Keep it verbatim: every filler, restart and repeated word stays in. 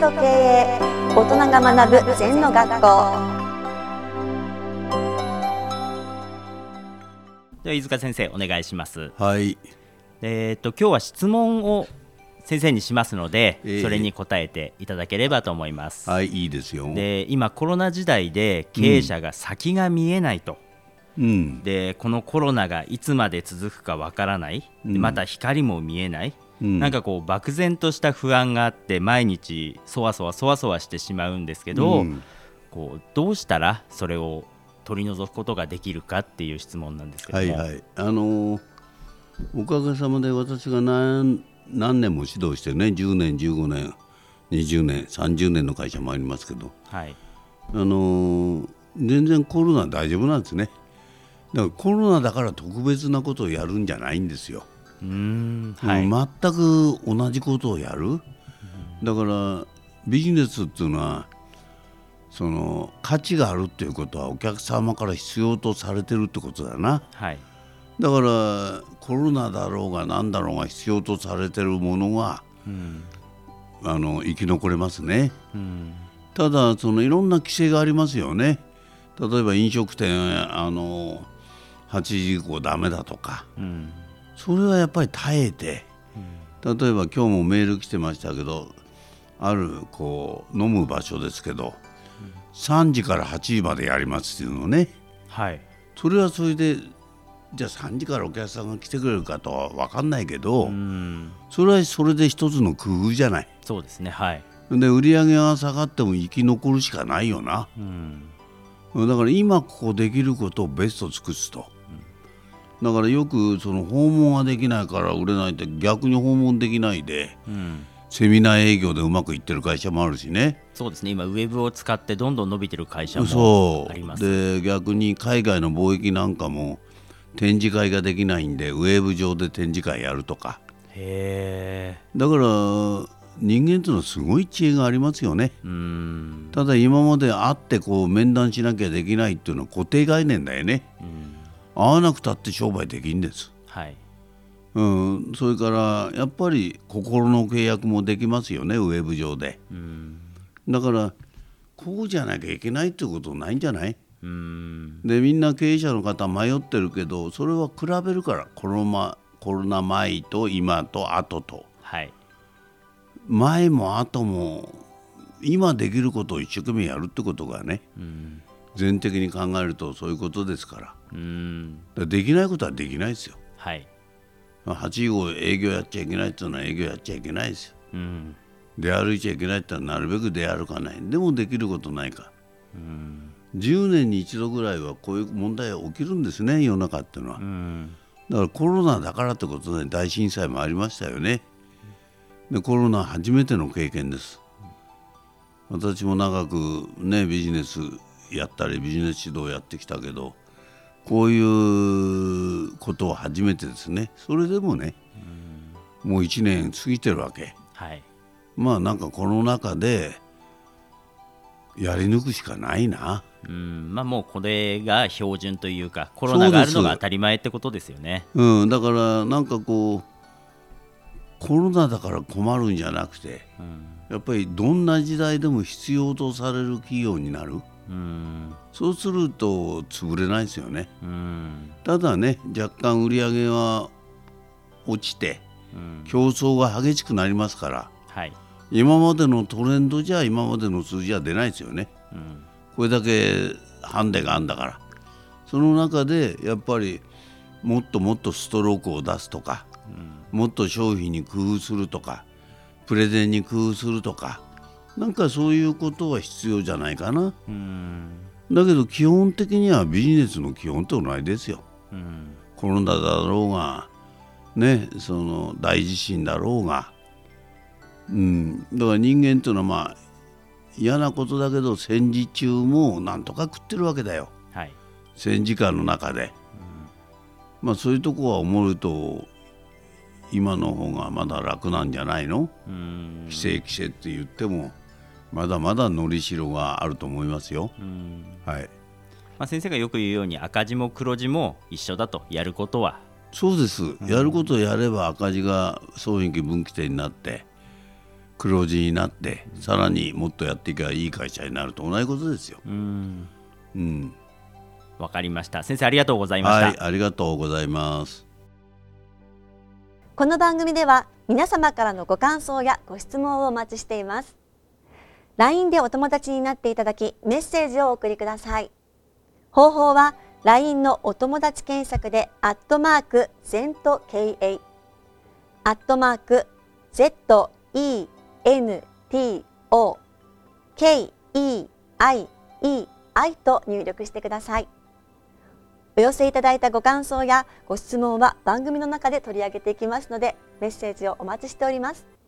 と経営、大人が学ぶ禅の学校。 では飯塚先生お願いします。 はい。 えー、と今日は質問を先生にしますので、 えー、 それに答えていただければと思います。 はい、いいですよ。 で今コロナ時代で経営者が先が見えないと、 うん、 でこのコロナがいつまで続くかわからない、 うん、 でまた光も見えない、 うん、 なんかこう漠然とした不安があって毎日そわそわそわそわしてしまうんですけど、うん、こうどうしたらそれを取り除くことができるかっていう質問なんですけども。 はいはい、あのー、おかげさまで私が 何, 何年も指導してね、じゅうねんじゅうごねんにじゅうねんさんじゅうねんの会社もありますけど、 はい、 あのー、全然コロナ大丈夫なんですね。だからコロナだから特別なことをやるんじゃないんですよ。 うーん、はい、 全く同じことをやる。だからビジネスっていうのはその価値があるっていうことはお客様から必要とされてるってことだな、 はい、 だからコロナだろうが何だろうが必要とされてるものが、うん、あの生き残れますね、うん、ただそのいろんな規制がありますよね。例えば飲食店あのはちじ以降ダメだとか、うん、それはやっぱり耐えて、うん、例えば今日もメール来てましたけど、あるこう飲む場所ですけどさんじからはちじまでやりますっていうのね、 はい、 それはそれでじゃあさんじからお客さんが来てくれるかとは分かんないけど、うん、それはそれで一つの工夫じゃない。 そうですね、はい、 で売り上げが下がっても生き残るしかないよな、うん、だから今ここできることをベスト尽くすと、うん、だからよくその訪問ができないから売れないって逆に訪問できないで、うん、セミナー営業でうまくいってる会社もあるしね。 そうですね、今ウェブを使ってどんどん伸びてる会社もあります。 で逆に海外の貿易なんかも展示会ができないんでウェブ上で展示会やるとか。 へー、 だから人間というのはすごい知恵がありますよね。うーん、ただ今まで会ってこう面談しなきゃできないっていうのは固定概念だよね。うん、会わなくたって商売できんです、はい、うん、それからやっぱり心の契約もできますよね、ウェブ上で。うん、だからこうじゃなきゃいけないってことないんじゃない。うーん、でみんな経営者の方迷ってるけど、それは比べるからコロナ、コロナ前と今と後と、はい、前も後も今できることを一生懸命やるってことがね、うん、全的に考えるとそういうことですから、うん、だからできないことはできないですよ。はい、はちじご営業やっちゃいけないっていうのは営業やっちゃいけないですよ、うん、出歩いちゃいけないってのはなるべく出歩かない。でもできることないか、うん、じゅうねんに一度ぐらいはこういう問題が起きるんですね、世の中っていうのは、うん、だからコロナだからってことで大震災もありましたよね。でコロナ初めての経験です。私も長くねビジネスやったりビジネス指導やってきたけど、こういうことは初めてですね。それでもね、うん、もういちねん過ぎてるわけ、はい、まあなんかこの中でやり抜くしかないな。 うん、まあもうこれが標準というかコロナがあるのが当たり前ってことですよね。 うん、だからなんかこうコロナだから困るんじゃなくて、うん、やっぱりどんな時代でも必要とされる企業になる、うん、そうすると潰れないですよね、うん、ただね若干売り上げは落ちて、うん、競争が激しくなりますから、はい、今までのトレンドじゃ今までの数字は出ないですよね、うん、これだけハンデがあるんだから。その中でやっぱりもっともっとストロークを出すとか、うん、もっと商品に工夫するとかプレゼンに工夫するとか、なんかそういうことは必要じゃないかな。うん、だけど基本的にはビジネスの基本と同じですよ、うん、コロナだろうがね、その大地震だろうが、うん、だから人間というのはまあ嫌なことだけど戦時中もなんとか食ってるわけだよ、はい、戦時下の中で、うん、まあそういうとこは思うと今の方がまだ楽なんじゃないの。うん、規制規制って言ってもまだまだのりしろがあると思いますよ。うん、はい、 まあ、先生がよく言うように赤字も黒字も一緒だと、やることは。 そうです、やることをやれば赤字が損益分岐点になって黒字になって、うん、さらにもっとやっていけばいい会社になると同じことですよ。うん、 うん、わかりました。先生ありがとうございました。 はい、ありがとうございます。 この番組では皆様からのご感想やご質問をお待ちしています。 ライン でお友達になっていただきメッセージをお送りください。方法は ライン のお友達検索でアットマーク ゼント ケーエー アットマーク ゼット イー エヌ ティー オー ケー イー アイ イー アイ と入力してください。お寄せいただいたご感想やご質問は番組の中で取り上げていきますので、メッセージをお待ちしております。